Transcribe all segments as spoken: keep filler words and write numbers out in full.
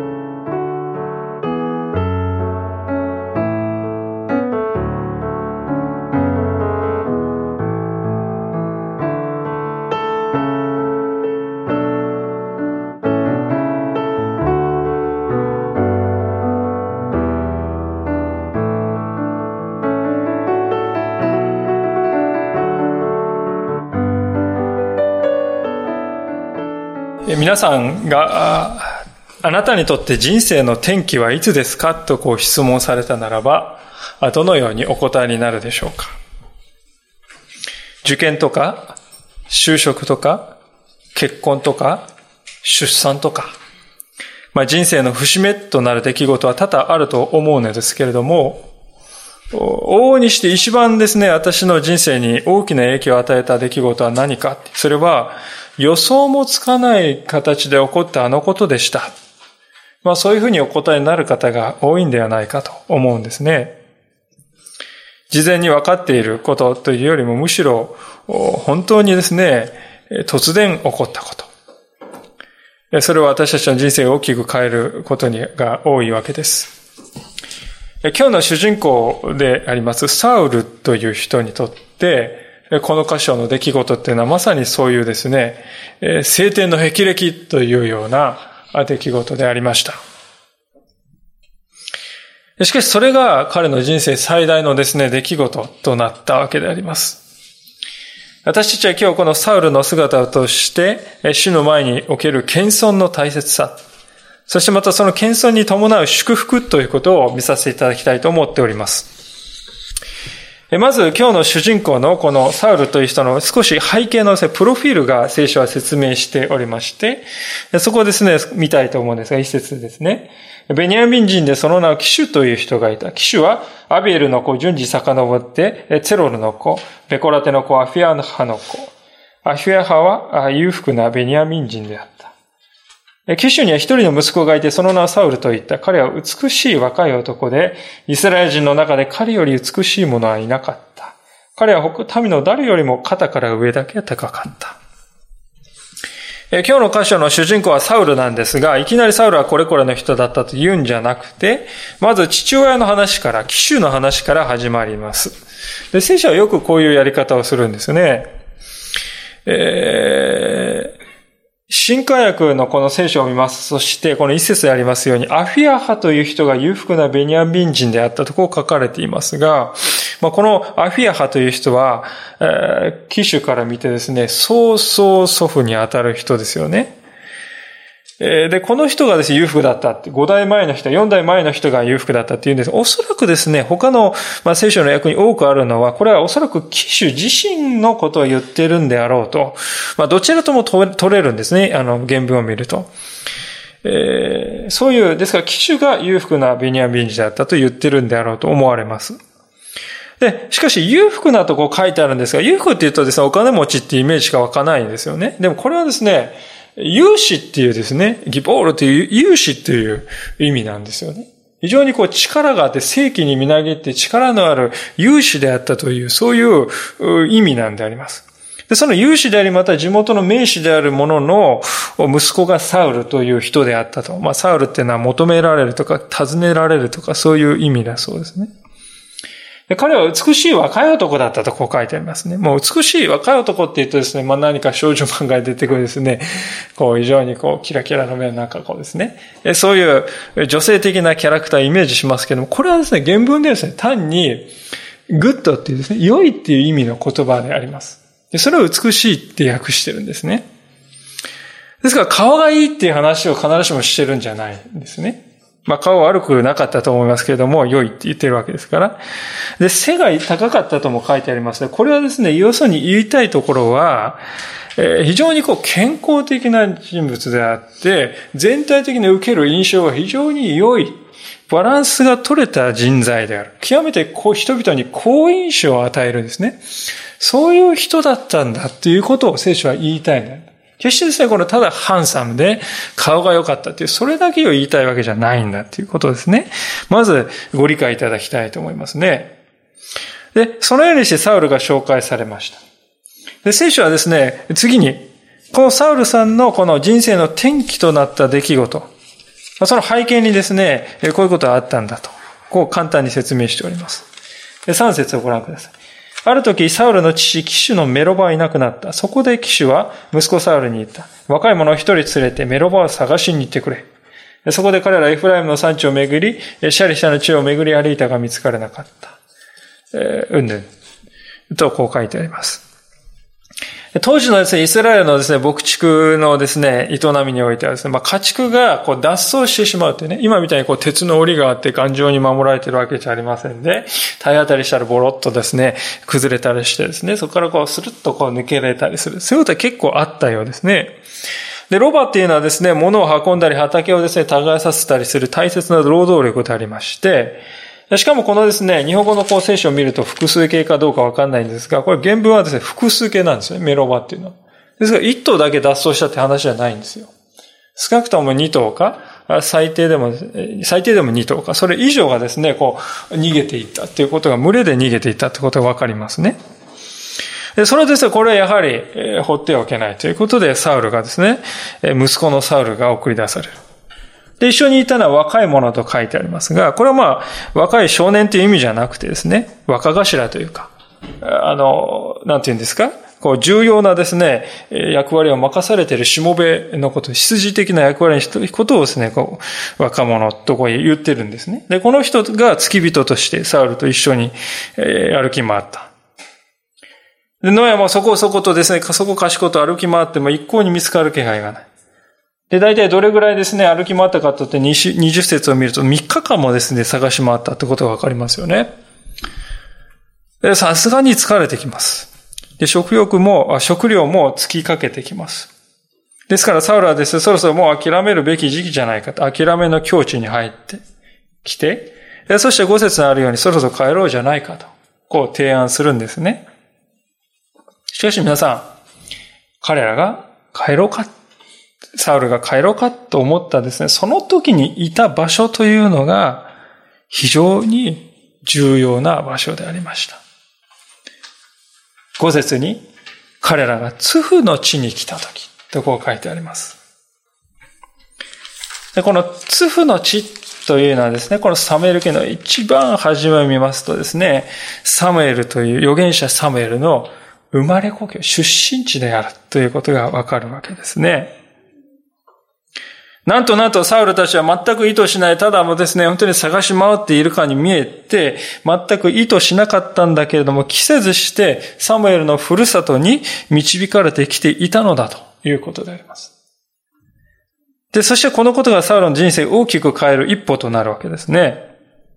皆さんが あ, あなたにとって人生の転機はいつですかとこう質問されたならば、どのようにお答えになるでしょうか。受験とか就職とか結婚とか出産とか、まあ、人生の節目となる出来事は多々あると思うのですけれども、往々にして一番ですね、私の人生に大きな影響を与えた出来事は何か。それは予想もつかない形で起こったあのことでした。まあそういうふうにお答えになる方が多いんではないかと思うんですね。事前に分かっていることというよりもむしろ本当にですね、突然起こったこと。それは私たちの人生を大きく変えることが多いわけです。今日の主人公でありますサウルという人にとって、この箇所の出来事っていうのはまさにそういうですね、聖典の霹靂というような出来事でありました。しかしそれが彼の人生最大のですね、出来事となったわけであります。私たちは今日このサウルの姿を通して、主の前における謙遜の大切さ、そしてまたその謙遜に伴う祝福ということを見させていただきたいと思っております。まず今日の主人公のこのサウルという人の少し背景のプロフィールが聖書は説明しておりまして、そこをですね、見たいと思うんですが、一節ですね。ベニヤミン人でその名をキシュという人がいた。キシュはアビエルの子、順次遡って、ツェロルの子、ベコラテの子、アフィアハの子。アフィアハは裕福なベニヤミン人であった。キシュには一人の息子がいて、その名はサウルといった。彼は美しい若い男で、イスラエル人の中で彼より美しい者はいなかった。彼は民の誰よりも肩から上だけ高かった。今日の箇所の主人公はサウルなんですが、いきなりサウルはこれこれの人だったと言うんじゃなくて、まず父親の話から、キシュの話から始まります。で、聖書はよくこういうやり方をするんですね。えー新化訳のこの聖書を見ます。そしてこの一節でありますように、アフィアハという人が裕福なベニヤミン人であったとこう書かれていますが、まあ、このアフィアハという人は、えー、キシュから見てですね、曽曽祖父にあたる人ですよね。で、この人がですね、裕福だったって、ご代前の人、よん代前の人が裕福だったっていうんです。おそらくですね、他の、まあ、聖書の訳に多くあるのは、これはおそらくキシュ自身のことを言ってるんであろうと。まあ、どちらとも取れるんですね、あの、原文を見ると。えー、そういう、ですからキシュが裕福なベニヤミン人だったと言ってるんであろうと思われます。で、しかし裕福なとこ書いてあるんですが、裕福って言うとですね、お金持ちっていうイメージしか湧かないんですよね。でもこれはですね、勇士っていうですね、ギボールという勇士っていう意味なんですよね。非常にこう力があって正義にみなぎって力のある勇士であったという、そういう意味なんであります。で、その勇士であり、また地元の名士である者の息子がサウルという人であったと。まあ、サウルっていうのは求められるとか、尋ねられるとか、そういう意味だそうですね。で、彼は美しい若い男だったとこう書いてありますね。もう美しい若い男って言うとですね、まあ何か少女漫画に出てくるですね、こう非常にこうキラキラの目のなんかこうですね、そういう女性的なキャラクターをイメージしますけども、これはですね、原文でですね、単にグッドっていうですね、良いっていう意味の言葉であります。で、それを美しいって訳してるんですね。ですから顔がいいっていう話を必ずしもしてるんじゃないんですね。まあ顔は悪くなかったと思いますけれども、良いって言ってるわけですから。で、背が高かったとも書いてあります。これはですね、要するに言いたいところは、えー、非常にこう健康的な人物であって、全体的に受ける印象が非常に良い、バランスが取れた人材である。極めてこう人々に好印象を与えるんですね。そういう人だったんだっていうことを聖書は言いたいんだ。決してですね、このただハンサムで顔が良かったっていう、それだけを言いたいわけじゃないんだっていうことですね。まずご理解いただきたいと思いますね。で、そのようにしてサウルが紹介されました。で、聖書はですね、次に、このサウルさんのこの人生の転機となった出来事、 その背景にですね、こういうことがあったんだと、こう簡単に説明しております。さん節をご覧ください。ある時、サウルの父、キシュのメロバはいなくなった。そこでキシュは息子サウルに言った。若い者を一人連れてメロバを探しに行ってくれ。そこで彼らエフライムの山地を巡り、シャリシャの地を巡り歩いたが見つからなかった。えー、うんぬん。とこう書いてあります。当時のですね、イスラエルのですね、牧畜のですね、営みにおいてはですね、まあ、家畜がこう脱走してしまうというね、今みたいにこう鉄の檻があって頑丈に守られているわけじゃありませんで、体当たりしたらボロッとですね、崩れたりしてですね、そこからこうスルッとこう抜けられたりする。そういうことは結構あったようですね。で、ロバっていうのはですね、物を運んだり畑をですね、耕させたりする大切な労働力でありまして、しかもこのですね、日本語のこう聖書を見ると複数形かどうかわかんないんですが、これ原文はですね、複数形なんですね、メロバっていうのは。ですから一頭だけ脱走したって話じゃないんですよ。少なくとも二頭か、最低でも、最低でも二頭か、それ以上がですね、こう、逃げていったっていうことが、群れで逃げていったってことがわかりますね。で、それはですね、これはやはり、えー、放ってはおけないということで、サウルがですね、息子のサウルが送り出される。で、一緒にいたのは若い者と書いてありますが、これはまあ、若い少年という意味じゃなくてですね、若頭というか、あの、なんて言うんですか、こう、重要なですね、役割を任されているしもべのこと、必需的な役割にしていることをですね、こう、若者とこう言ってるんですね。で、この人が付き人としてサウルと一緒に歩き回った。で、ノアもそこそことですね、そこかしこと歩き回っても一向に見つかる気配がない。で、大体どれぐらいですね、歩き回ったかとってにじゅっ節を見るとみっかかんもですね、探し回ったってことがわかりますよね。で、さすがに疲れてきます。で、食欲も、食料も尽きかけてきます。ですからサウルはですね、そろそろもう諦めるべき時期じゃないかと、諦めの境地に入ってきて、そしてご節にあるようにそろそろ帰ろうじゃないかと、こう提案するんですね。しかし皆さん、彼らが帰ろうか、サウルが帰ろうかと思ったですね、その時にいた場所というのが非常に重要な場所でありました。ご節に彼らがツフの地に来た時とこう書いてあります。でこのツフの地というのはですね、このサムエル記の一番初めを見ますとですね、サムエルという預言者サムエルの生まれ故郷、出身地であるということがわかるわけですね。なんとなんとサウルたちは全く意図しない、ただもですね、本当に探し回っているかに見えて、全く意図しなかったんだけれども、期せずしてサムエルのふるさとに導かれてきていたのだということであります。で、そしてこのことがサウルの人生を大きく変える一歩となるわけですね。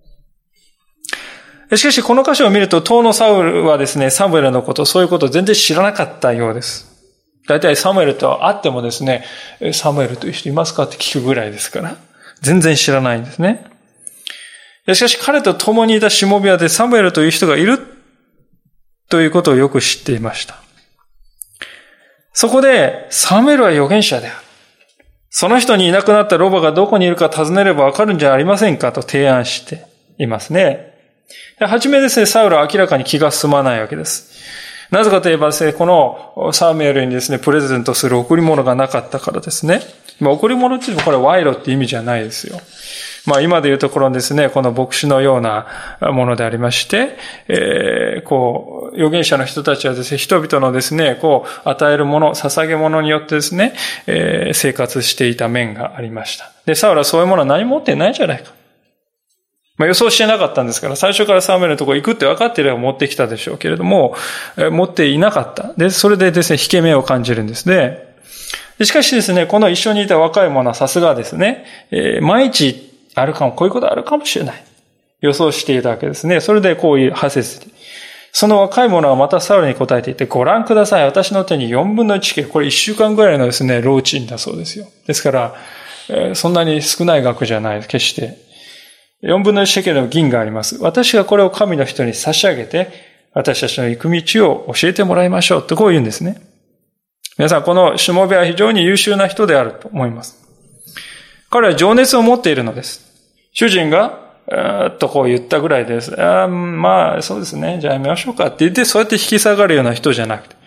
しかしこの箇所を見ると、当のサウルはですね、サムエルのこと、そういうことを全然知らなかったようです。大体サムエルと会ってもですね、サムエルという人いますかって聞くぐらいですから、全然知らないんですね。しかし彼と共にいたしもべはでサムエルという人がいるということをよく知っていました。そこで、サムエルは預言者である。その人にいなくなったロバがどこにいるか尋ねればわかるんじゃありませんかと提案していますね。はじめですね、サウルは明らかに気が進まないわけです。なぜかといえばですね、このサムエルにですね、プレゼントする贈り物がなかったからですね。まあ、贈り物っていうのはこれは賄賂って意味じゃないですよ。まあ今でいうところですね、この牧師のようなものでありまして、えー、こう、預言者の人たちはですね、人々のですね、こう、与えるもの、捧げ物によってですね、えー、生活していた面がありました。で、サウルはそういうものは何も持ってないじゃないか。まあ予想してなかったんですから、最初からサムエルのところ行くって分かっていれば持ってきたでしょうけれども、えー、持っていなかった。で、それでですね、引け目を感じるんですね。しかしですね、この一緒にいた若い者はさすがですね、えー、毎日あるかも、こういうことあるかもしれない。予想していたわけですね。それでこういう派説に。その若い者はまたサウルに答えていて、ご覧ください。私の手に四分の一ケ、これ一週間ぐらいのですね、労賃だそうですよ。ですから、えー、そんなに少ない額じゃない、決して。四分の一シェケルの銀があります。私がこれを神の人に差し上げて、私たちの行く道を教えてもらいましょう。とこう言うんですね。皆さん、このしもべは非常に優秀な人であると思います。彼は情熱を持っているのです。主人が、えー、っとこう言ったぐらいです。あまあ、そうですね。じゃあやめましょうかって言って、そうやって引き下がるような人じゃなくて、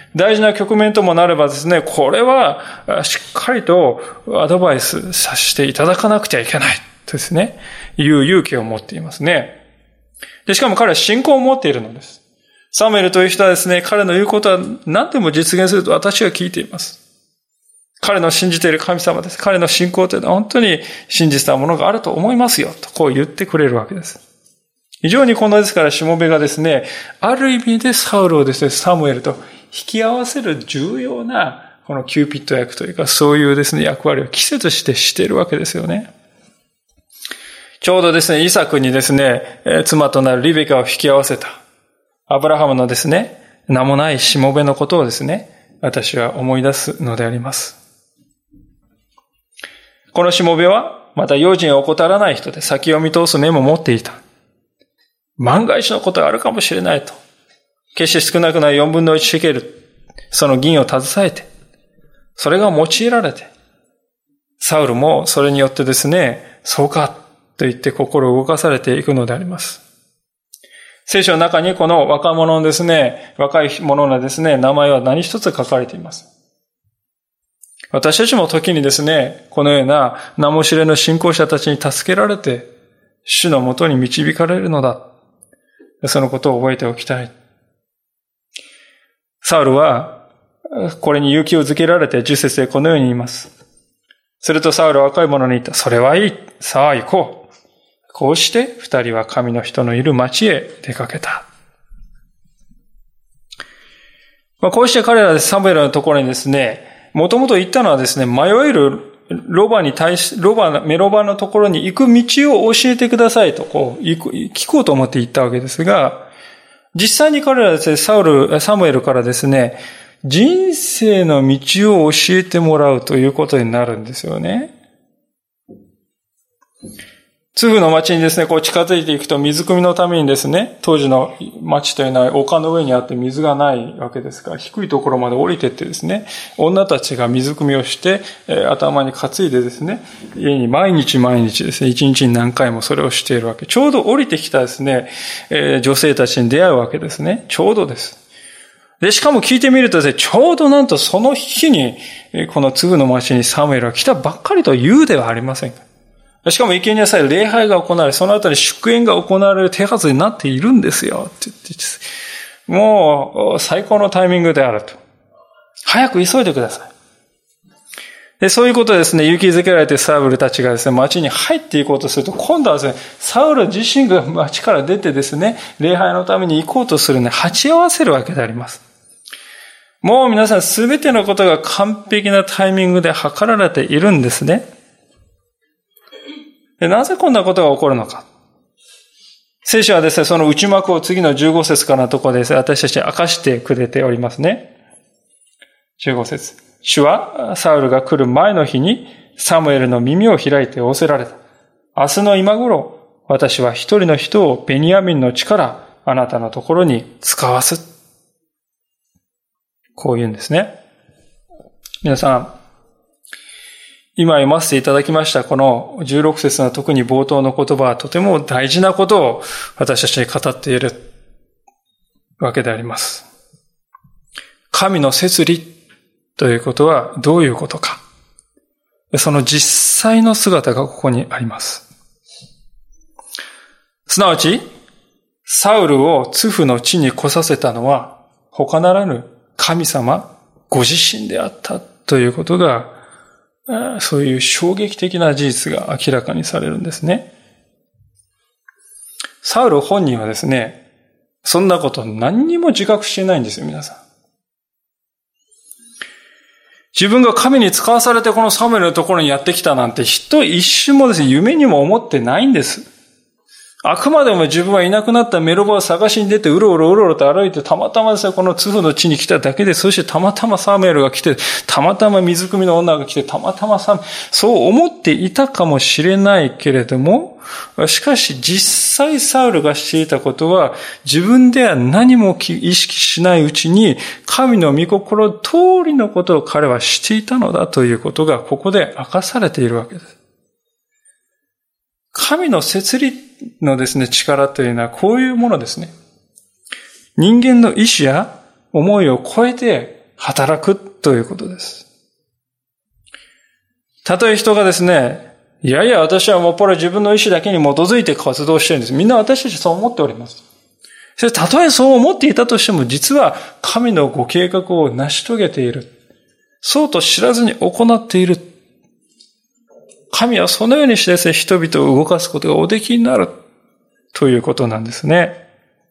大事な局面ともなればですね、これはしっかりとアドバイスさせていただかなくちゃいけないとですね、いう勇気を持っていますね。で、しかも彼は信仰を持っているのです。サムエルという人はですね、彼の言うことは何でも実現すると私は聞いています。彼の信じている神様です。彼の信仰というのは本当に真実なものがあると思いますよ、とこう言ってくれるわけです。非常にこのですからしもべがですね、ある意味でサウルをですね、サムエルと引き合わせる重要なこのキューピッド役というか、そういうですね、役割を季節してしているわけですよね。ちょうどですね、イサクにですね、妻となるリベカを引き合わせたアブラハムのですね、名もないしもべのことをですね、私は思い出すのであります。このしもべは、また用心を怠らない人で先を見通す目も持っていた。万が一のことがあるかもしれないと。決して少なくない四分の一シェケル、その銀を携えて、それが用いられて、サウルもそれによってですね、そうかと言って心を動かされていくのであります。聖書の中にこの若者のですね、若い者のですね、名前は何一つ書かれています。私たちも時にですね、このような名も知れぬ信仰者たちに助けられて、主のもとに導かれるのだ。そのことを覚えておきたい。サウルは、これに勇気をづけられてじゅっ節でこのように言います。するとサウルは若い者に言った。それはいい。さあ行こう。こうして二人は神の人のいる町へ出かけた。まあ、こうして彼らでサムエルのところにですね、もともと言ったのはですね、迷えるロバに対し、ロバ、メロバのところに行く道を教えてくださいと、こう、聞こうと思って言ったわけですが、実際に彼らはですね、サウル、サムエルからですね、人生の道を教えてもらうということになるんですよね。ツフの町にですね、こう近づいていくと水汲みのためにですね、当時の町というのは丘の上にあって水がないわけですから、低いところまで降りてってですね、女たちが水汲みをして、えー、頭に担いでですね、家に毎日毎日ですね、一日に何回もそれをしているわけ。ちょうど降りてきたですね、えー、女性たちに出会うわけですね。ちょうどです。で、しかも聞いてみるとですね、ちょうどなんとその日に、このツフの町にサムエルが来たばっかりと言うではありませんか。しかも生贄祭礼拝が行われ、その後に祝宴が行われる手はずになっているんですよ。って言って、もう最高のタイミングであると。早く急いでください。で、そういうことでですね、勇気づけられてサウルたちがですね、町に入っていこうとすると、今度はですね、サウル自身が町から出てですね、礼拝のために行こうとするね、鉢合わせるわけであります。もう皆さんすべてのことが完璧なタイミングで計られているんですね。で、なぜこんなことが起こるのか。聖書はですね、その内幕を次のじゅうご節からのところでですね、私たちに明かしてくれておりますね。じゅうご節。主はサウルが来る前の日にサムエルの耳を開いて仰せられた。明日の今頃、私は一人の人をベニヤミンの地からあなたのところに使わす。こう言うんですね。皆さん、今読ませていただきましたこのじゅうろく節の特に冒頭の言葉はとても大事なことを私たちに語っているわけであります。神の摂理ということはどういうことか。その実際の姿がここにあります。すなわち、サウルをツフの地に来させたのは他ならぬ神様ご自身であったということが、そういう衝撃的な事実が明らかにされるんですね。サウル本人はですね、そんなこと何にも自覚していないんですよ、皆さん。自分が神に使わされてこのサムエルのところにやってきたなんて人一瞬もですね、夢にも思ってないんです。あくまでも自分はいなくなったメロバを探しに出てうろうろうろうろと歩いてたまたまですね、このツフの地に来ただけで、そしてたまたまサムエルが来て、たまたま水汲みの女が来て、たまたまサム、そう思っていたかもしれないけれども、しかし実際サウルがしていたことは、自分では何も意識しないうちに、神の御心通りのことを彼はしていたのだということが、ここで明かされているわけです。神の摂理のですね、力というのはこういうものですね。人間の意志や思いを超えて働くということです。たとえ人がですね、いやいや私はもっぱら自分の意思だけに基づいて活動してるんです。みんな私たちそう思っております。それたとえそう思っていたとしても、実は神のご計画を成し遂げている。そうと知らずに行っている。神はそのようにしてですね、人々を動かすことがおできになるということなんですね。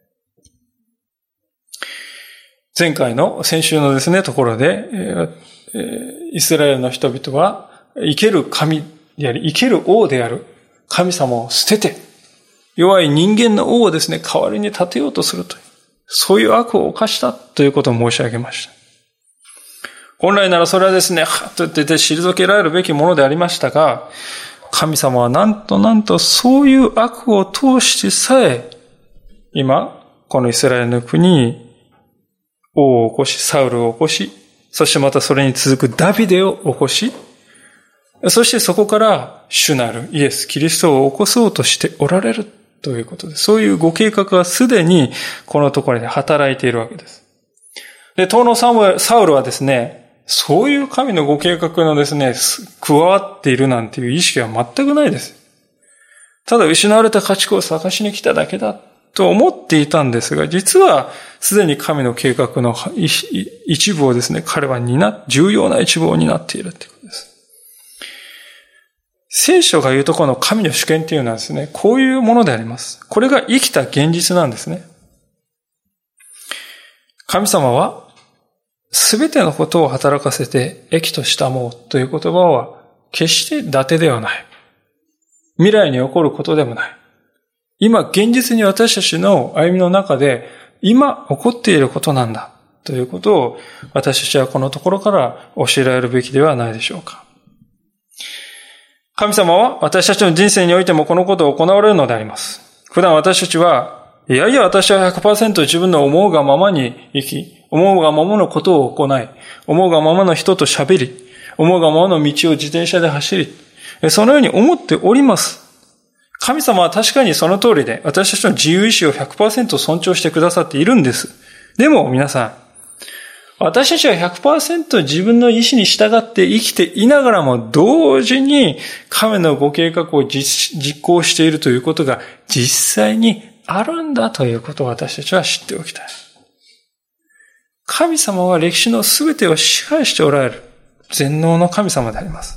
前回の先週のですね、ところで、イスラエルの人々は生ける神であり、生ける王である神様を捨てて、弱い人間の王をですね、代わりに立てようとするという、そういう悪を犯したということを申し上げました。本来ならそれはですね、はっと言って退けられるべきものでありましたが、神様はなんとなんとそういう悪を通してさえ、今、このイスラエルの国に王を起こし、サウルを起こし、そしてまたそれに続くダビデを起こし、そしてそこから主なるイエス・キリストを起こそうとしておられるということです。そういうご計画はすでにこのところで働いているわけです。で、当のサウルはですね、そういう神のご計画のですね、加わっているなんていう意識は全くないです。ただ失われた家畜を探しに来ただけだと思っていたんですが、実はすでに神の計画の一部をですね、彼は担、重要な一部を担っているということです。聖書が言うところの神の主権というのはですね、こういうものであります。これが生きた現実なんですね。神様はすべてのことを働かせて益としたもうという言葉は決して伊達ではない。未来に起こることでもない。今現実に私たちの歩みの中で今起こっていることなんだということを私たちはこのところから教えられるべきではないでしょうか。神様は私たちの人生においてもこのことを行われるのであります。普段私たちは、いやいや私は ひゃくパーセント 自分の思うがままに生き、思うがままのことを行い、思うがままの人と喋り、思うがままの道を自転車で走り、そのように思っております。神様は確かにその通りで、私たちの自由意志を ひゃくパーセント 尊重してくださっているんです。でも皆さん、私たちは ひゃくパーセント 自分の意志に従って生きていながらも同時に神のご計画を 実, 実行しているということが実際にあるんだということを私たちは知っておきたい。神様は歴史のすべてを支配しておられる全能の神様であります。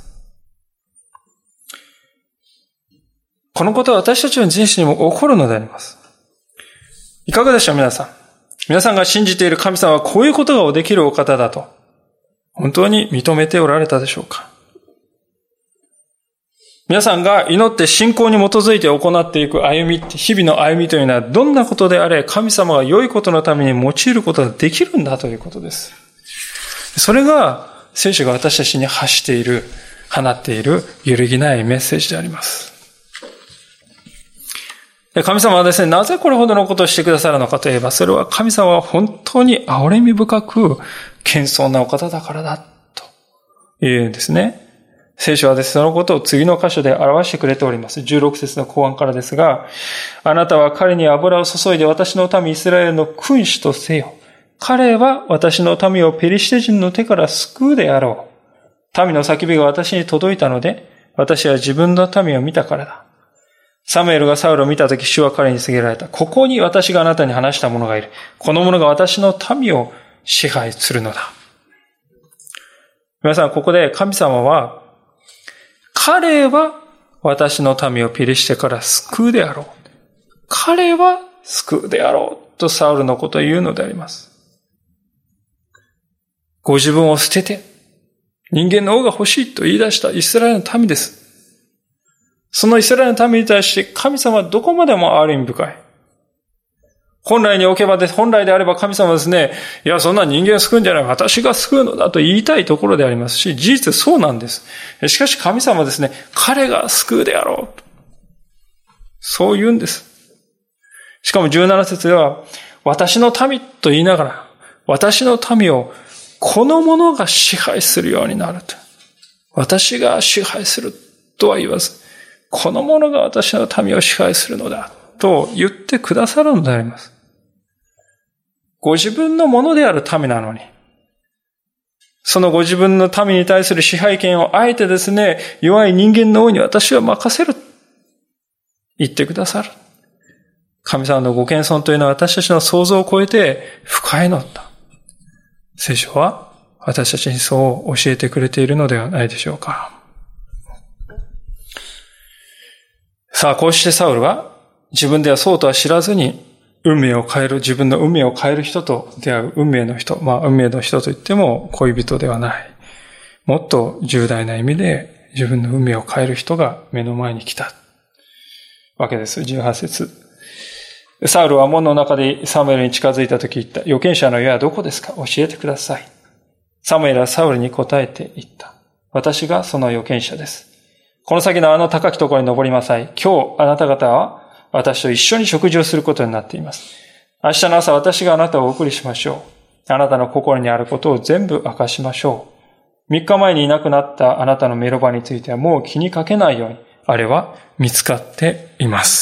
このことは私たちの人生にも起こるのであります。いかがでしょう皆さん。皆さんが信じている神様はこういうことができるお方だと、本当に認めておられたでしょうか。皆さんが祈って信仰に基づいて行っていく歩み、日々の歩みというのはどんなことであれ、神様が良いことのために用いることができるんだということです。それが聖書が私たちに発している、放っている揺るぎないメッセージであります。神様はですね、なぜこれほどのことをしてくださるのかといえば、それは神様は本当に憐れみ深く謙遜なお方だからだというんですね。聖書はですね、そのことを次の箇所で表してくれております。じゅうろく節の後半からですが、あなたは彼に油を注いで私の民イスラエルの君主とせよ。彼は私の民をペリシテ人の手から救うであろう。民の叫びが私に届いたので、私は自分の民を見たからだ。サムエルがサウルを見たとき、主は彼に告げられた。ここに私があなたに話した者がいる。この者が私の民を支配するのだ。皆さん、ここで神様は、彼は私の民をペリシテから救うであろう。彼は救うであろう。とサウルのことを言うのであります。ご自分を捨てて、人間の王が欲しいと言い出したイスラエルの民です。そのイスラエルの民に対して神様はどこまでも憐れみ深い。本来におけばで、本来であれば神様はですね、いや、そんな人間を救うんじゃない、私が救うのだと言いたいところでありますし、事実そうなんです。しかし神様はですね、彼が救うであろう。そう言うんです。しかもじゅうなな節では、私の民と言いながら、私の民をこの者が支配するようになると。私が支配するとは言わず、この者が私の民を支配するのだと言ってくださるのであります。ご自分のものである民なのに、 そのご自分の民に対する支配権をあえてですね、弱い人間の王に私は任せる。言ってくださる。神様のご謙遜というのは私たちの想像を超えて深いのだ。聖書は私たちにそう教えてくれているのではないでしょうか。さあ、こうしてサウルは自分ではそうとは知らずに運命を変える、自分の運命を変える人と出会う運命の人。まあ、運命の人といっても恋人ではない。もっと重大な意味で自分の運命を変える人が目の前に来たわけです。じゅうはち節。サウルは門の中でサムエルに近づいたとき言った。預言者の家はどこですか？教えてください。サムエルはサウルに答えて言った。私がその預言者です。この先のあの高きところに登りなさい。今日あなた方は私と一緒に食事をすることになっています。明日の朝私があなたをお送りしましょう。あなたの心にあることを全部明かしましょう。三日前にいなくなったあなたのメロバについてはもう気にかけないように。あれは見つかっています。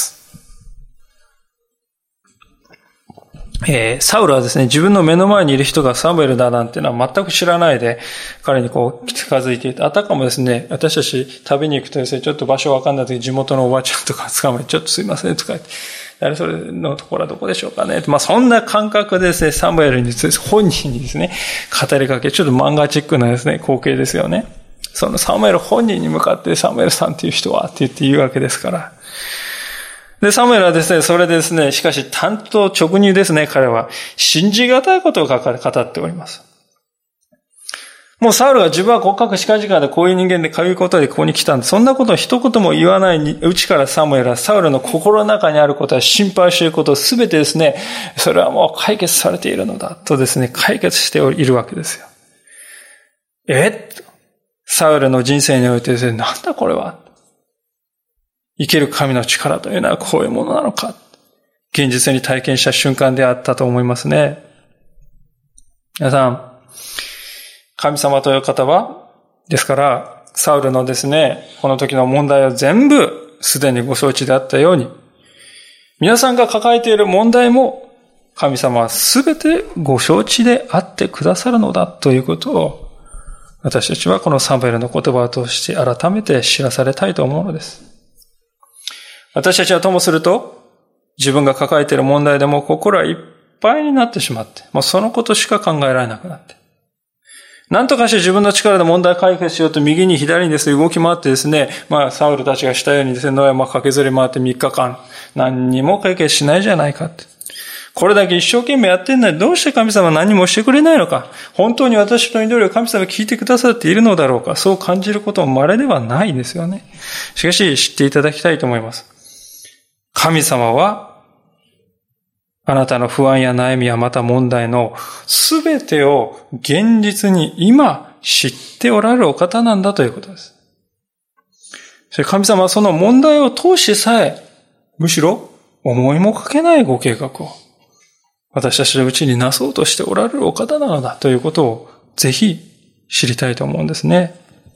えー、サウルはですね、自分の目の前にいる人がサムエルだなんていうのは全く知らないで、彼にこう近づいていて、あたかもですね、私たち旅に行くとですね、ちょっと場所わかんない時地元のおばちゃんとか捕まえて、ちょっとすいませんとか言って、誰それのところはどこでしょうかね。まあそんな感覚でですね、サムエルに本人にですね、語りかけ、ちょっと漫画チックなですね、光景ですよね。そのサムエル本人に向かってサムエルさんっていう人はって言って言うわけですから。で、サムエルはですね、それでですね、しかし単刀直入ですね、彼は信じがたいことを語っております。もうサウルは自分は国家近々でこういう人間でこういうことでここに来たんで、そんなことを一言も言わないうちからサムエルはサウルの心の中にあることは心配していることをすべてですね、それはもう解決されているのだとですね、解決しているわけですよ。えっサウルの人生においてですね、なんだこれは生ける神の力というのはこういうものなのか。現実に体験した瞬間であったと思いますね。皆さん、神様という方は、ですから、サウルのですね、この時の問題を全部すでにご承知であったように、皆さんが抱えている問題も、神様はすべてご承知であってくださるのだということを、私たちはこのサムエルの言葉を通して改めて知らされたいと思うのです。私たちはともすると、自分が抱えている問題でも心はいっぱいになってしまって、もうそのことしか考えられなくなって、何とかして自分の力で問題解決しようと右に左にですね、動き回ってですね、まあサウルたちがしたようにですね、野山駆けずり回ってみっかかん、何にも解決しないじゃないかって。これだけ一生懸命やってんのにどうして神様は何もしてくれないのか。本当に私の祈りを神様が聞いてくださっているのだろうか。そう感じることも稀ではないですよね。しかし知っていただきたいと思います。神様は、あなたの不安や悩みやまた問題のすべてを現実に今知っておられるお方なんだということです。そして神様はその問題を通してさえ、むしろ思いもかけないご計画を私たちのうちになそうとしておられるお方なのだということをぜひ知りたいと思うんですね。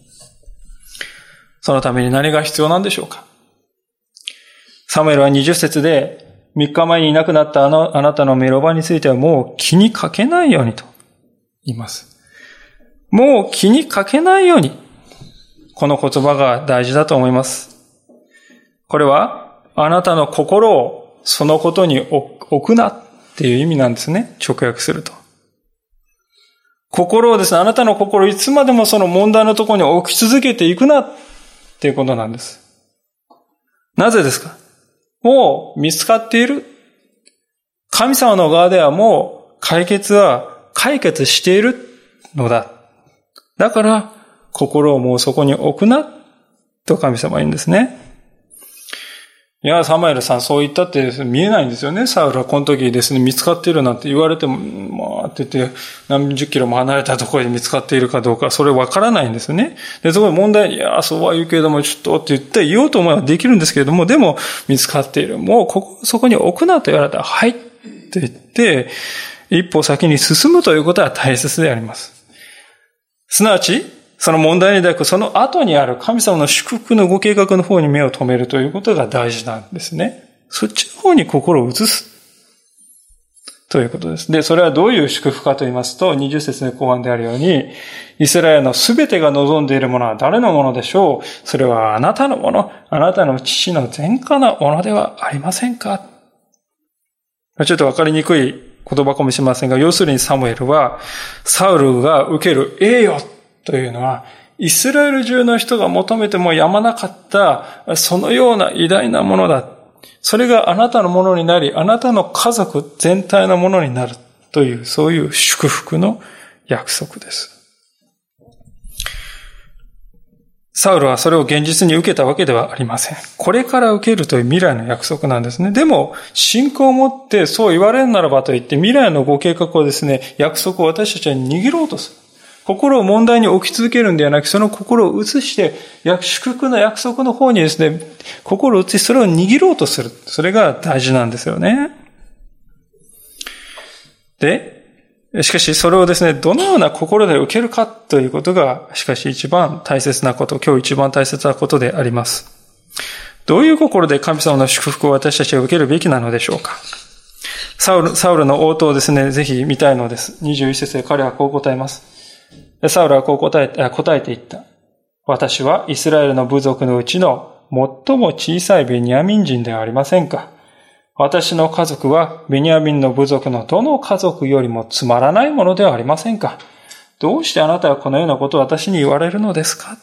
そのために何が必要なんでしょうか。サムエルはにじゅっ節で、みっかまえにいなくなったあの、あなたのメロバについてはもう気にかけないようにと言います。もう気にかけないように。この言葉が大事だと思います。これは、あなたの心をそのことに置くなっていう意味なんですね。直訳すると。心をですね、あなたの心をいつまでもその問題のところに置き続けていくなっていうことなんです。なぜですか？もう見つかっている。神様の側ではもう解決は解決しているのだ。だから心をもうそこに置くなと神様は言うんですね。いや、サムエルさんそう言ったって見えないんですよね。サウルはこの時ですね、見つかっているなんて言われても、まあって言って何十キロも離れたところで見つかっているかどうか、それわからないんですよね。で、そこで問題、いや、そうは言うけれども、ちょっとって言って言おうと思えばできるんですけれども、でも見つかっている。もうここ、そこに置くなと言われたら、はいって言って、一歩先に進むということは大切であります。すなわち、その問題に抱くその後にある神様の祝福のご計画の方に目を留めるということが大事なんですね。そっちの方に心を移す。 ということです。で、それはどういう祝福かと言いますと、にじゅっ節の後半であるように、イスラエルのすべてが望んでいるものは誰のものでしょう？それはあなたのもの、あなたの父の全価なものではありませんか？ちょっとわかりにくい言葉かもしれませんが、要するにサムエルは、サウルが受ける栄誉というのは、イスラエル中の人が求めてもやまなかった、そのような偉大なものだ。それがあなたのものになり、あなたの家族全体のものになるという、そういう祝福の約束です。サウルはそれを現実に受けたわけではありません。これから受けるという未来の約束なんですね。でも、信仰を持ってそう言われるならばと言って、未来のご計画をですね、約束を私たちは握ろうとする。心を問題に置き続けるんではなく、その心を移して、祝福の約束の方にですね、心を移し、それを握ろうとする。それが大事なんですよね。で、しかしそれをですね、どのような心で受けるかということが、しかし一番大切なこと、今日一番大切なことであります。どういう心で神様の祝福を私たちは受けるべきなのでしょうか。サウル、サウルの応答をですね、ぜひ見たいのです。にじゅういっ節で彼はこう答えます。サウルはこう答え、答えていった。私はイスラエルの部族のうちの最も小さいベニヤミン人ではありませんか。私の家族はベニヤミンの部族のどの家族よりもつまらないものではありませんか。どうしてあなたはこのようなことを私に言われるのですか。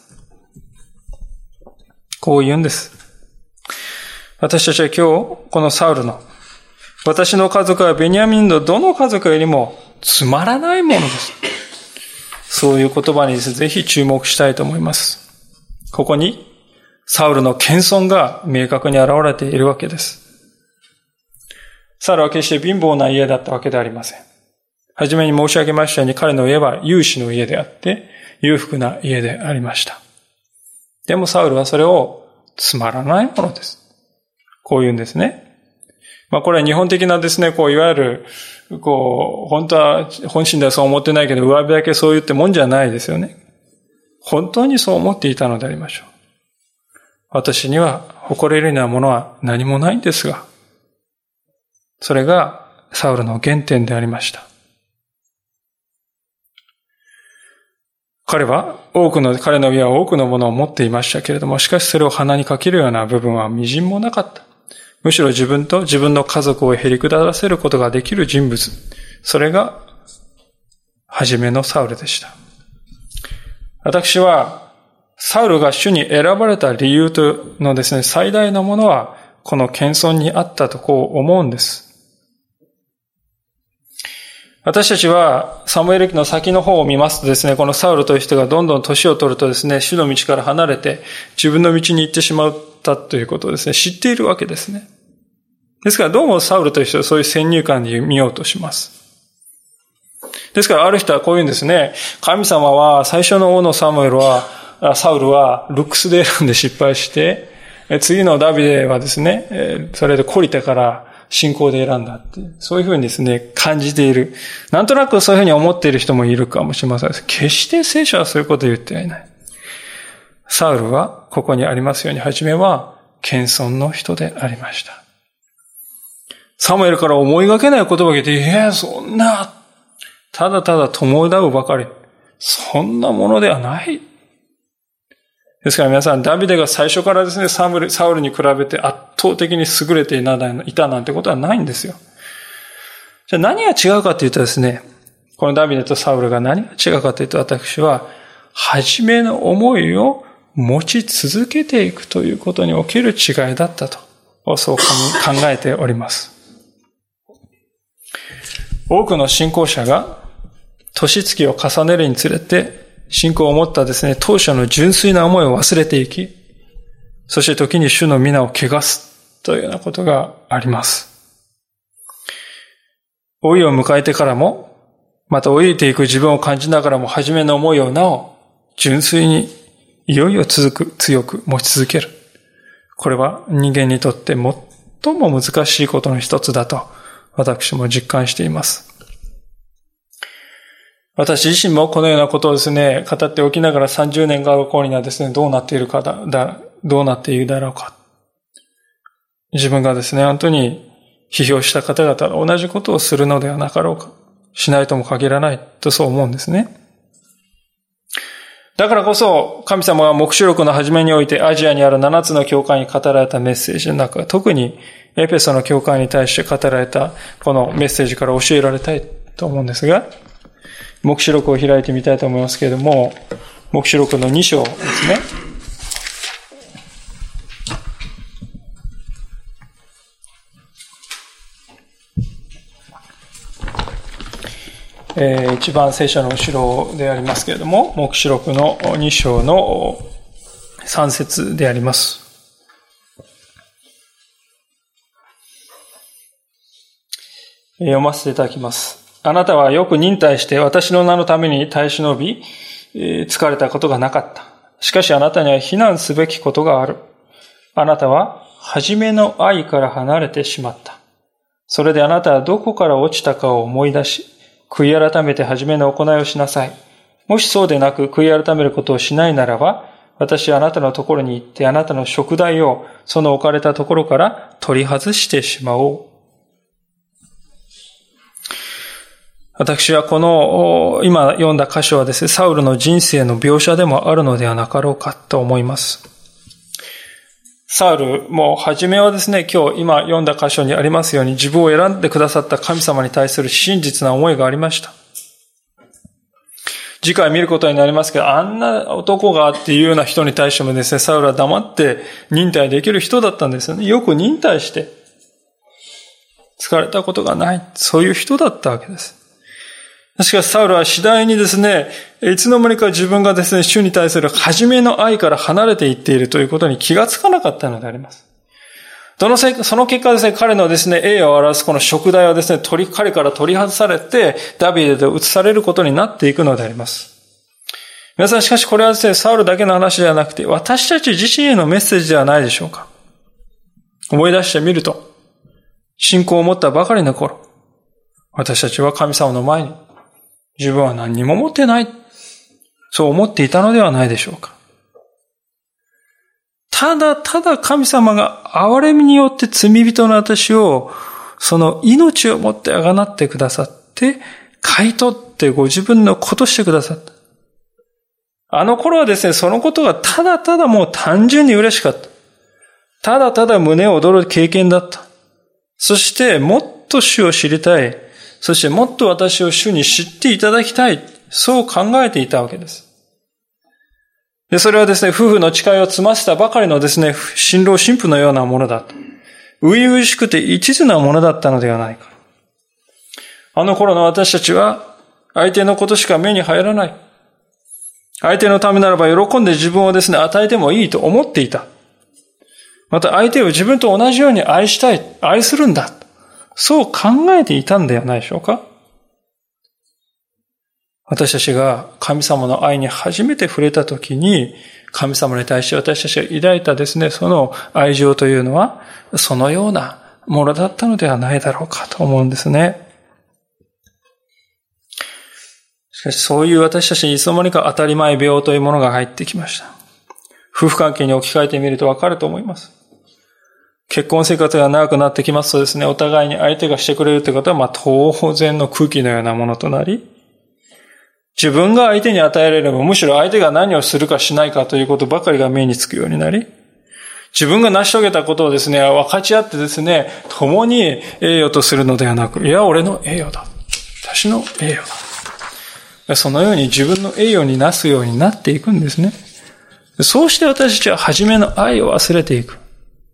こう言うんです。私たちは今日、このサウルの、私の家族はベニヤミンのどの家族よりもつまらないものです。そういう言葉にぜひ注目したいと思います。ここに、サウルの謙遜が明確に現れているわけです。サウルは決して貧乏な家だったわけではありません。はじめに申し上げましたように、彼の家は有志の家であって、裕福な家でありました。でもサウルはそれをつまらないものです。こう言うんですね。まあこれは日本的なですね、こういわゆる、こう、本当は本心ではそう思ってないけど、上辺だけそう言ってもんじゃないですよね。本当にそう思っていたのでありましょう。私には誇れるようなものは何もないんですが、それがサウルの原点でありました。彼は多くの、彼の家は多くのものを持っていましたけれども、しかしそれを鼻にかけるような部分は微塵もなかった。むしろ自分と自分の家族をへりくだらせることができる人物。それが、初めのサウルでした。私は、サウルが主に選ばれた理由とのですね、最大のものは、この謙遜にあったとこう思うんです。私たちはサムエル記の先の方を見ますとですね、このサウルという人がどんどん年を取るとですね、主の道から離れて自分の道に行ってしまったということをですね、知っているわけですね。ですからどうもサウルという人はそういう先入観で見ようとします。ですからある人はこう言うんですね、神様は最初の王のサムエルは、サウルはルックスで選んで失敗して、次のダビデはですね、それで懲りてから信仰で選んだっていう、そういうふうにですね、感じている。なんとなくそういうふうに思っている人もいるかもしれません。決して聖書はそういうことを言ってはいない。サウルはここにありますように、はじめは謙遜の人でありました。サムエルから思いがけない言葉を聞いて、いや、そんな、ただただ友だうばかり。そんなものではない。ですから皆さん、ダビデが最初からですね、サウル、サウルに比べて圧倒的に優れていたなんてことはないんですよ。じゃあ何が違うかというとですね、このダビデとサウルが何が違うかというと、私は、初めの思いを持ち続けていくということにおける違いだったと、そう考えております。多くの信仰者が、年月を重ねるにつれて、信仰を持ったですね、当初の純粋な思いを忘れていき、そして時に主の皆を汚すというようなことがあります。老いを迎えてからも、また老いていく自分を感じながらも、初めの思いをなお、純粋に、いよいよ続く、強く持ち続ける。これは人間にとって最も難しいことの一つだと、私も実感しています。私自身もこのようなことをですね、語っておきながらさんじゅうねんが後にはですね、どうなっているかだ、だどうなっているだろうか。自分がですね、本当に批評した方々が同じことをするのではなかろうか。しないとも限らないとそう思うんですね。だからこそ神様が黙示録の初めにおいてアジアにある七つの教会に語られたメッセージの中、特にエペソの教会に対して語られたこのメッセージから教えられたいと思うんですが、黙示録を開いてみたいと思いますけれども、黙示録のに章ですね。えー、一番聖書の後ろでありますけれども、黙示録のに章のさん節であります。読ませていただきます。あなたはよく忍耐して私の名のために耐え忍び、えー、疲れたことがなかった。しかしあなたには非難すべきことがある。あなたは初めの愛から離れてしまった。それであなたはどこから落ちたかを思い出し、悔い改めて初めの行いをしなさい。もしそうでなく悔い改めることをしないならば、私はあなたのところに行ってあなたの食材をその置かれたところから取り外してしまおう。私はこの今読んだ箇所はですね、サウルの人生の描写でもあるのではなかろうかと思います。サウルも初めはですね、今日今読んだ箇所にありますように自分を選んでくださった神様に対する真実な思いがありました。次回見ることになりますけど、あんな男がっていうような人に対してもですね、サウルは黙って忍耐できる人だったんですよね。よく忍耐して疲れたことがない。そういう人だったわけです。しかしサウルは次第にですね、いつの間にか自分がですね、主に対する初めの愛から離れていっているということに気がつかなかったのであります。そのせ、その結果ですね、彼のですね、栄誉を表すこの食材はですね、取り、彼から取り外されて、ダビデで移されることになっていくのであります。皆さん、しかしこれはですね、サウルだけの話ではなくて、私たち自身へのメッセージではないでしょうか。思い出してみると、信仰を持ったばかりの頃、私たちは神様の前に、自分は何にも持ってない。そう思っていたのではないでしょうか。ただただ神様が憐れみによって罪人の私を、その命をもってあがなってくださって、買い取ってご自分の子としてくださった。あの頃はですね、そのことがただただもう単純に嬉しかった。ただただ胸を躍る経験だった。そしてもっと主を知りたい。そしてもっと私を主に知っていただきたい。そう考えていたわけです。で、それはですね、夫婦の誓いを積ませたばかりのですね、新郎新婦のようなものだと。初々しくて一途なものだったのではないか。あの頃の私たちは、相手のことしか目に入らない。相手のためならば喜んで自分をですね、与えてもいいと思っていた。また相手を自分と同じように愛したい、愛するんだ。そう考えていたんではないでしょうか。私たちが神様の愛に初めて触れたときに、神様に対して私たちが抱いたですね、その愛情というのは、そのようなものだったのではないだろうかと思うんですね。しかしそういう私たちにいつの間にか当たり前病というものが入ってきました。夫婦関係に置き換えてみるとわかると思います。結婚生活が長くなってきますとですね、お互いに相手がしてくれるということは、まあ当然の空気のようなものとなり、自分が相手に与えられれば、むしろ相手が何をするかしないかということばかりが目につくようになり、自分が成し遂げたことをですね、分かち合ってですね、共に栄誉とするのではなく、いや、俺の栄誉だ。私の栄誉だ。そのように自分の栄誉になすようになっていくんですね。そうして私たちは初めの愛を忘れていく。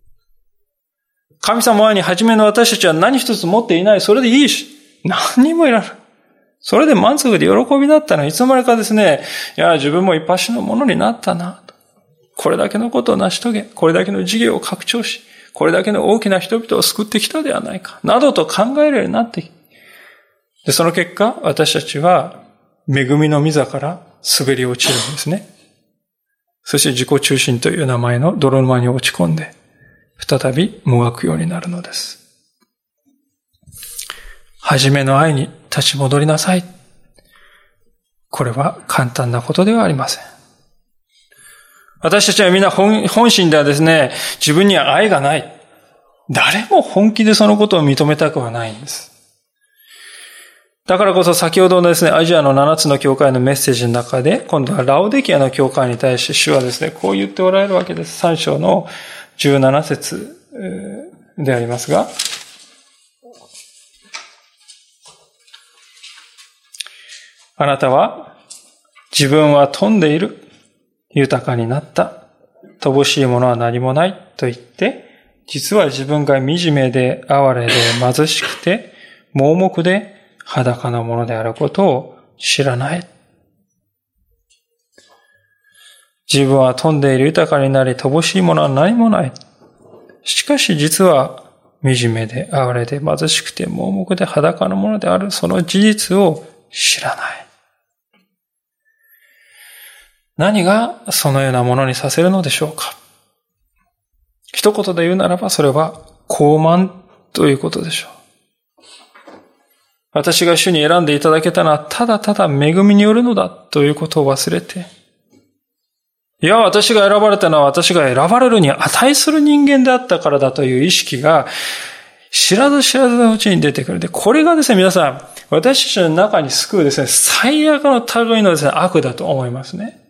神様前に初めの私たちは何一つ持っていない。それでいいし、何にもいらない。それで満足で喜びだったの。いつの間にかですね、いや、自分も一発のものになったな。これだけのことを成し遂げ、これだけの事業を拡張し、これだけの大きな人々を救ってきたではないか。などと考えるようになってきで、その結果、私たちは恵みの御座から滑り落ちるんですね。そして自己中心という名前の泥沼に落ち込んで、再びもがくようになるのです。初めの愛に立ち戻りなさい。これは簡単なことではありません。私たちはみんな 本, 本心ではですね、自分には愛がない。 誰も本気でそのことを認めたくはないんです。だからこそ先ほどのですね、アジアのななつの教会のメッセージの中で、今度はラオデキアの教会に対して主はですね、こう言っておられるわけです。さん章のじゅうなな節でありますが、あなたは自分は富んでいる、豊かになった、乏しいものは何もないと言って、実は自分が惨めで哀れで貧しくて盲目で裸のものであることを知らない。自分は富んでいる、豊かになり、乏しいものは何もない。しかし実は惨めで哀れで貧しくて盲目で裸のものである、その事実を知らない。何がそのようなものにさせるのでしょうか。一言で言うならばそれは傲慢ということでしょう。私が主に選んでいただけたのはただただ恵みによるのだということを忘れて、いや、私が選ばれたのは私が選ばれるに値する人間であったからだという意識が知らず知らずのうちに出てくる。で、これがですね、皆さん、私たちの中に救うですね、最悪の類のですね、悪だと思いますね。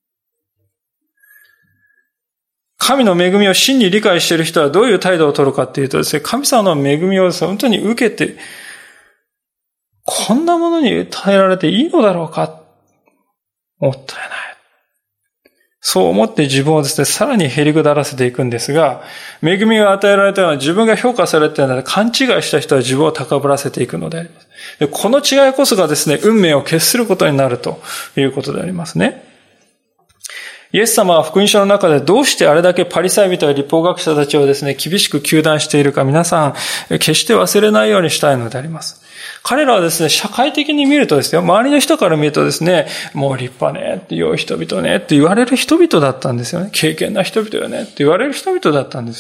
神の恵みを真に理解している人はどういう態度を取るかっていうとですね、神様の恵みをですね、本当に受けて、こんなものに与えられていいのだろうか、もったいない。そう思って自分をですね、さらにへりくだらせていくんですが、恵みが与えられたのは自分が評価されているので、勘違いした人は自分を高ぶらせていくのであります。で、この違いこそがですね、運命を決することになるということでありますね。イエス様は福音書の中でどうしてあれだけパリサイ人や律法学者たちをですね、厳しく糾弾しているか皆さん、決して忘れないようにしたいのであります。彼らはですね、社会的に見るとですよ、周りの人から見るとですね、もう立派ね、って良い人々ね、って言われる人々だったんですよね。敬虔な人々よね、って言われる人々だったんです。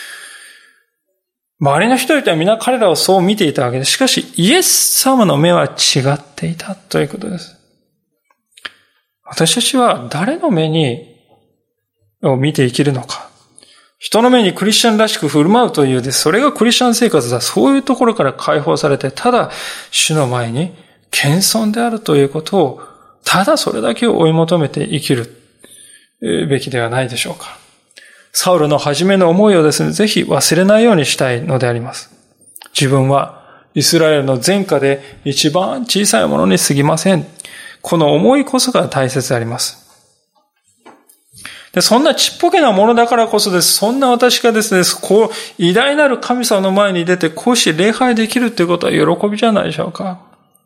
周りの人々は皆彼らをそう見ていたわけです。しかし、イエス様の目は違っていたということです。私たちは誰の目にを見て生きるのか。人の目にクリスチャンらしく振る舞うというです。それがクリスチャン生活だ。そういうところから解放されて、ただ主の前に謙遜であるということを、ただそれだけを追い求めて生きるべきではないでしょうか。サウルの初めの思いをですね、ぜひ忘れないようにしたいのであります。自分はイスラエルの前科で一番小さいものに過ぎません。この思いこそが大切であります。で、そんなちっぽけなものだからこそです。そんな私がですね、こう、偉大なる神様の前に出て、こうして礼拝できるということは喜びじゃないでしょうか。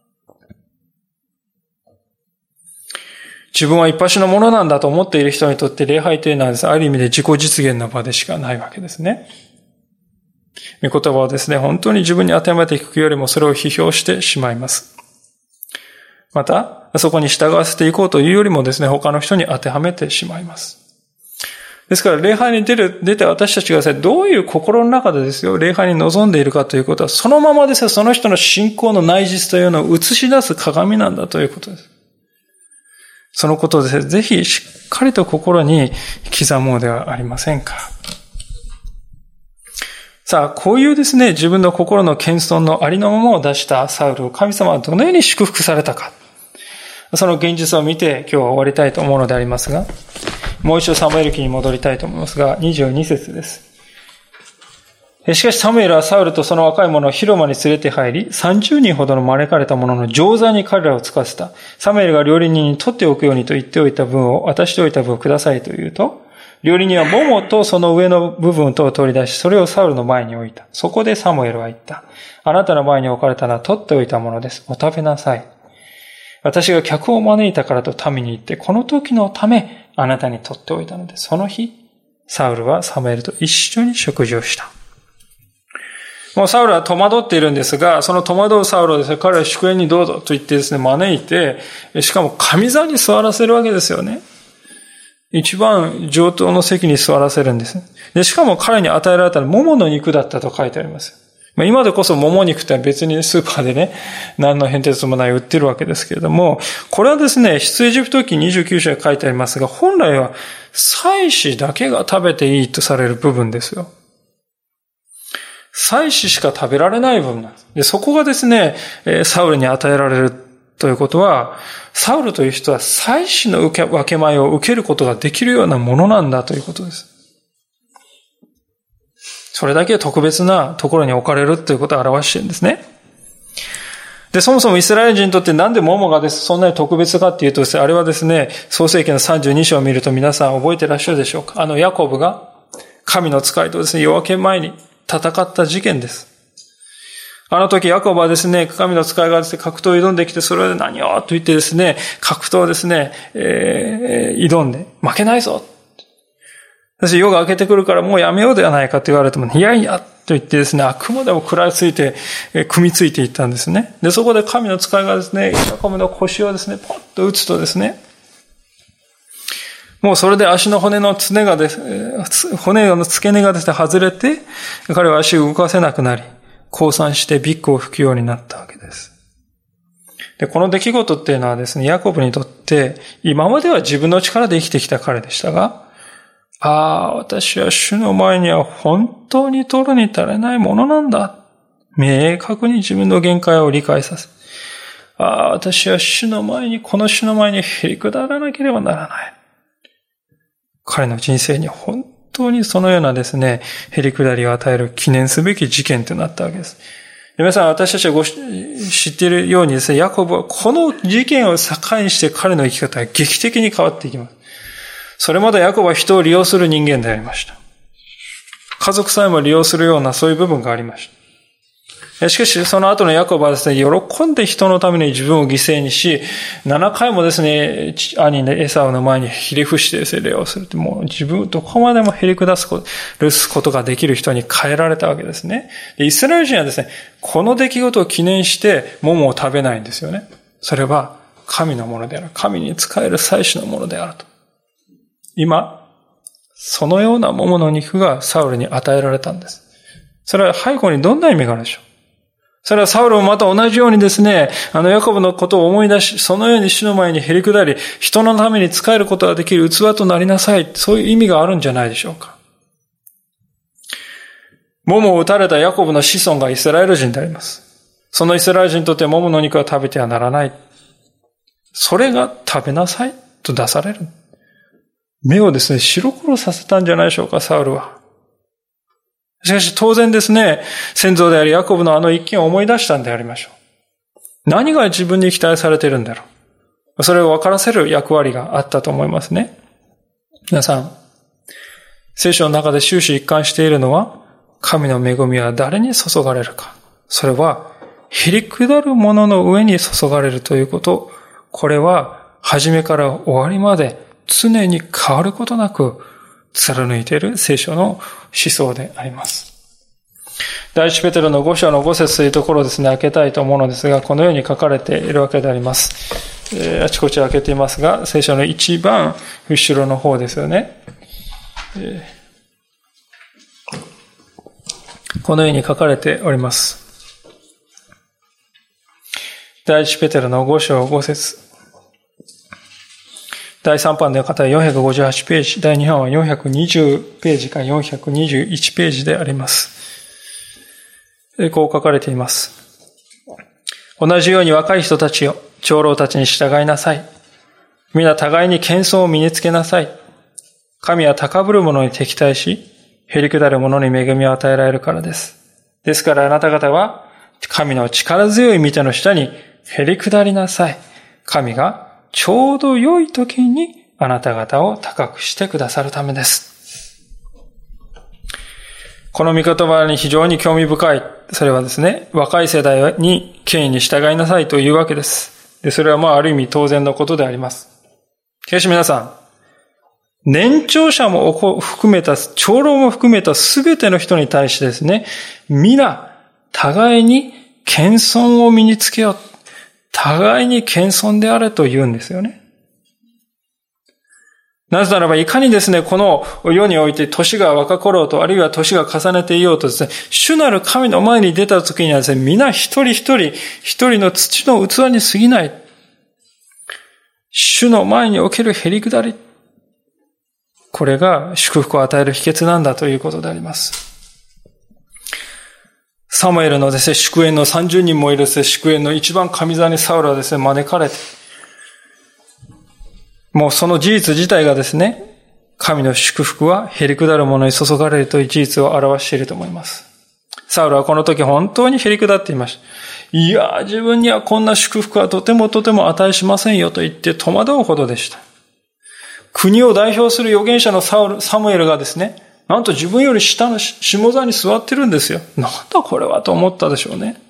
自分は一発のものなんだと思っている人にとって礼拝というのはですね、ある意味で自己実現の場でしかないわけですね。御言葉をですね、本当に自分に当てはめていくよりもそれを批評してしまいます。また、そこに従わせていこうというよりもですね、他の人に当てはめてしまいます。ですから、礼拝に出る、出て私たちがですね、どういう心の中でですよ、礼拝に臨んでいるかということは、そのままですね、その人の信仰の内実というのを映し出す鏡なんだということです。そのことをですね、ぜひしっかりと心に刻もうではありませんか。さあ、こういうですね、自分の心の謙遜のありのままを出したサウルを神様はどのように祝福されたか。その現実を見て今日は終わりたいと思うのでありますが、もう一度サムエル記に戻りたいと思いますが、にじゅうに節です。しかしサムエルはサウルとその若い者を広間に連れて入り、さんじゅうにんほどの招かれた者の錠剤に彼らをつかせた。サムエルが料理人に取っておくようにと言っておいた分を、渡しておいた分をくださいと言うと、料理人は桃とその上の部分とを取り出し、それをサウルの前に置いた。そこでサムエルは言った。あなたの前に置かれたのは取っておいたものです。お食べなさい。私が客を招いたからと民に言って、この時のためあなたに取っておいたのです。その日、サウルはサムエルと一緒に食事をした。もうサウルは戸惑っているんですが、その戸惑うサウルをですね、彼は祝宴にどうぞと言ってですね、招いて、しかも神座に座らせるわけですよね。一番上等の席に座らせるんです。で、しかも彼に与えられたのは桃の肉だったと書いてあります。今でこそ桃肉って別にスーパーでね、何の変哲もない売ってるわけですけれども、これはですね、出エジプト記にじゅうきゅう章に書いてありますが、本来は祭司だけが食べていいとされる部分ですよ。 祭司しか食べられない部分なんです。で、そこがですね、サウルに与えられるということは、サウルという人は祭司の分け前を受けることができるようなものなんだということです。それだけ特別なところに置かれるということを表しているんですね。で、そもそもイスラエル人にとってなんでモモがです、そんなに特別かっていうとですね、あれはですね、創世記のさんじゅうに章を見ると皆さん覚えてらっしゃるでしょうか。あのヤコブが神の使いとですね、夜明け前に戦った事件です。あの時ヤコブはですね、神の使いがですね、格闘を挑んできて、それで何をと言ってですね、格闘をですね、えー、挑んで、負けないぞ。私、夜が明けてくるからもうやめようではないかと言われても、いやいや、と言ってですね、あくまでも食らいついて、えー、組みついていったんですね。で、そこで神の使いがですね、ヤコブの腰をですね、ポッと打つとですね、もうそれで足の骨のつねがです、骨の付け根がですね、外れて、彼は足を動かせなくなり、降参してビッグを吹くようになったわけです。で、この出来事っていうのはですね、ヤコブにとって、今までは自分の力で生きてきた彼でしたが、ああ、私は主の前には本当に取るに足れないものなんだ。明確に自分の限界を理解させ、ああ、私は主の前に、この主の前にへりくだらなければならない。彼の人生に本当にそのようなですね、へりくだりを与える記念すべき事件となったわけです。皆さん、私たちがご知っているようにですね、ヤコブはこの事件を境にして彼の生き方が劇的に変わっていきます。それまでヤコブは人を利用する人間でありました。家族さえも利用するようなそういう部分がありました。しかし、その後のヤコブはですね、喜んで人のために自分を犠牲にし、ななかいもですね、兄のエサウの前にひれ伏してですね、礼をするって、もう自分どこまでもへりくだすことができる人に変えられたわけですね。で、イスラエル人はですね、この出来事を記念して桃を食べないんですよね。それは神のものである。神に仕える祭司のものであると。今、そのような桃の肉がサウルに与えられたんです。それは背後にどんな意味があるでしょう。それはサウルもまた同じようにですね、あのヤコブのことを思い出し、そのように主の前にへりくだり、人のために仕えることができる器となりなさい。そういう意味があるんじゃないでしょうか。桃を打たれたヤコブの子孫がイスラエル人であります。そのイスラエル人にとって桃の肉は食べてはならない。それが食べなさいと出される。目をですね、白黒させたんじゃないでしょうか、サウルは。しかし当然ですね、先祖でありヤコブのあの一件を思い出したんでありましょう。何が自分に期待されているんだろう。それを分からせる役割があったと思いますね。皆さん、聖書の中で終始一貫しているのは、神の恵みは誰に注がれるか。それは、へりくだるものの上に注がれるということ。これは、初めから終わりまで常に変わることなく、貫いている聖書の思想であります。第一ペテロのご章のご節というところをですね、開けたいと思うのですが、このように書かれているわけであります。えー、あちこち開けていますが、聖書の一番後ろの方ですよね。えー、このように書かれております。第一ペテロのご章ご節。だいさん版の方はよんひゃくごじゅうはちページ、だいに版はよんひゃくにじゅうページかよんひゃくにじゅういちページであります。こう書かれています。同じように若い人たちよ、長老たちに従いなさい。皆互いに謙遜を身につけなさい。神は高ぶる者に敵対し、へりくだる者に恵みを与えられるからです。ですからあなた方は、神の力強い御手の下にへりくだりなさい。神がちょうど良い時にあなた方を高くしてくださるためです。この御言葉に非常に興味深い。それはですね、若い世代に権威に従いなさいというわけです。で、それはまあある意味当然のことであります。しかし皆さん、年長者も含めた、長老も含めたすべての人に対してですね、皆、互いに謙遜を身につけよう。互いに謙遜であれと言うんですよね。なぜならば、いかにですね、この世において年が若ころうと、あるいは年が重ねていようとですね、主なる神の前に出た時にはですね、皆一人一人、一人の土の器に過ぎない。主の前におけるへりくだり。これが祝福を与える秘訣なんだということであります。 サムエルのですね、祝宴のさんじゅうにんもいるですね、祝宴の一番上座にサウルはですね、招かれて、もうその事実自体がですね、神の祝福はへりくだる者に注がれるという事実を表していると思います。サウルはこの時本当にへりくだっていました。いや、自分にはこんな祝福はとてもとても値しませんよと言って戸惑うほどでした。国を代表する預言者のサウル、サムエルがですね、なんと自分より下の下座に座ってるんですよ。なんだこれはと思ったでしょうね。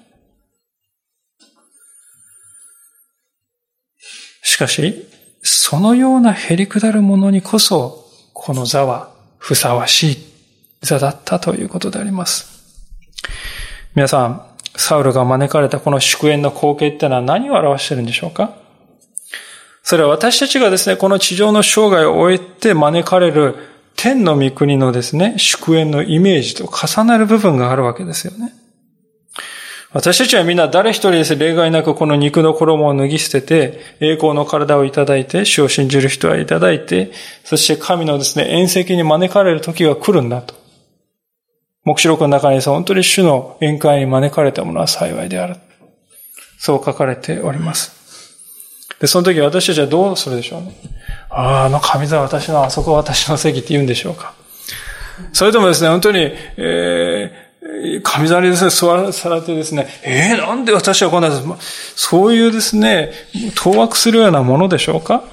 しかし、そのようなへりくだる者にこそ、この座はふさわしい座だったということであります。皆さん、サウルが招かれたこの祝宴の光景ってのは何を表しているんでしょうか？それは私たちがですね、この地上の生涯を終えて招かれる天の御国のですね、祝宴のイメージと重なる部分があるわけですよね。私たちはみんな誰一人ですね、例外なくこの肉の衣を脱ぎ捨てて、栄光の体をいただいて、主を信じる人はいただいて、そして神のですね、宴席に招かれる時が来るんだと。黙示録の中に本当に主の宴会に招かれた者は幸いである。そう書かれております。で、その時私たちはどうするでしょうね。ああ、あの神座は私の、あそこは私の席って言うんでしょうか。それともですね、本当に、えー、神座にですね、座らされてですね、えー、なんで私はこんな、そういうですね、当惑するようなものでしょうか。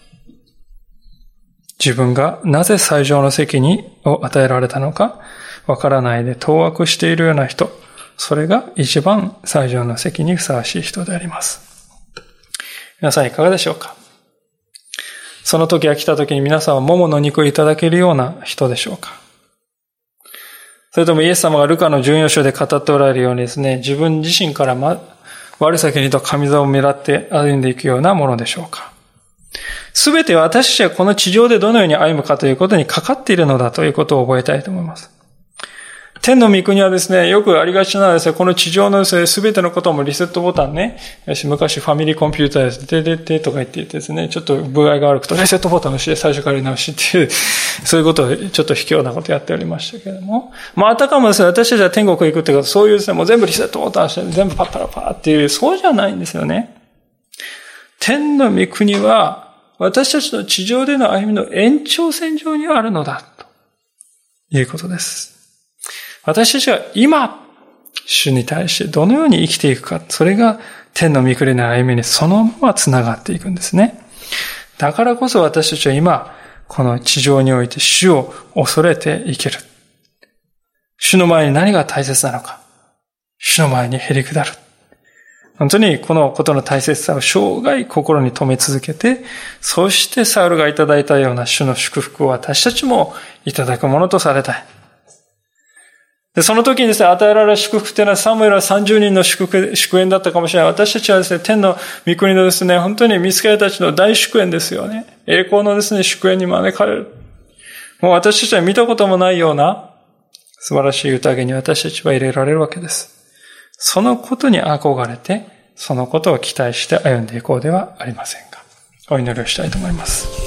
自分がなぜ最上の席にを与えられたのか、わからないで当惑しているような人、それが一番最上の席にふさわしい人であります。皆さんいかがでしょうか？その時が来た時に皆さんは桃の肉をいただけるような人でしょうか？それともイエス様がルカのじゅうよん章で語っておられるようにですね、自分自身から、ま、我先にと神座を狙って歩んでいくようなものでしょうか？すべて私たちはこの地上でどのように歩むかということにかかっているのだということを覚えたいと思います。天の御国はですね、よくありがちなですね、この地上のですね、すべてのこともリセットボタンね、昔ファミリーコンピューターです、でででとか言ってですね、ちょっと具合が悪くとリセットボタンを押して最初からやり直しっていう、そういうことをちょっと卑怯なことをやっておりましたけれども、まあ、あたかもですね、私たちは天国へ行くっていうか、そういうですね、もう全部リセットボタンをして、全部パッパラパーっていう、そうじゃないんですよね。天の御国は、私たちの地上での歩みの延長線上にあるのだ、ということです。私たちは今、主に対してどのように生きていくか、それが天の御国の歩みにそのままつながっていくんですね。だからこそ私たちは今、この地上において主を恐れて生きる。主の前に何が大切なのか。主の前にへりくだる。本当にこのことの大切さを生涯心に留め続けて、そしてサウルがいただいたような主の祝福を私たちもいただくものとされたい。で、その時にですね、与えられる祝福というのはサムエルはさんじゅうにんの祝福、祝宴だったかもしれない。私たちはですね、天の御国のですね、本当に御使いたちの大祝宴ですよね。栄光のですね、祝宴に招かれる。もう私たちは見たこともないような素晴らしい宴に私たちは入れられるわけです。そのことに憧れて、そのことを期待して歩んでいこうではありませんか。お祈りをしたいと思います。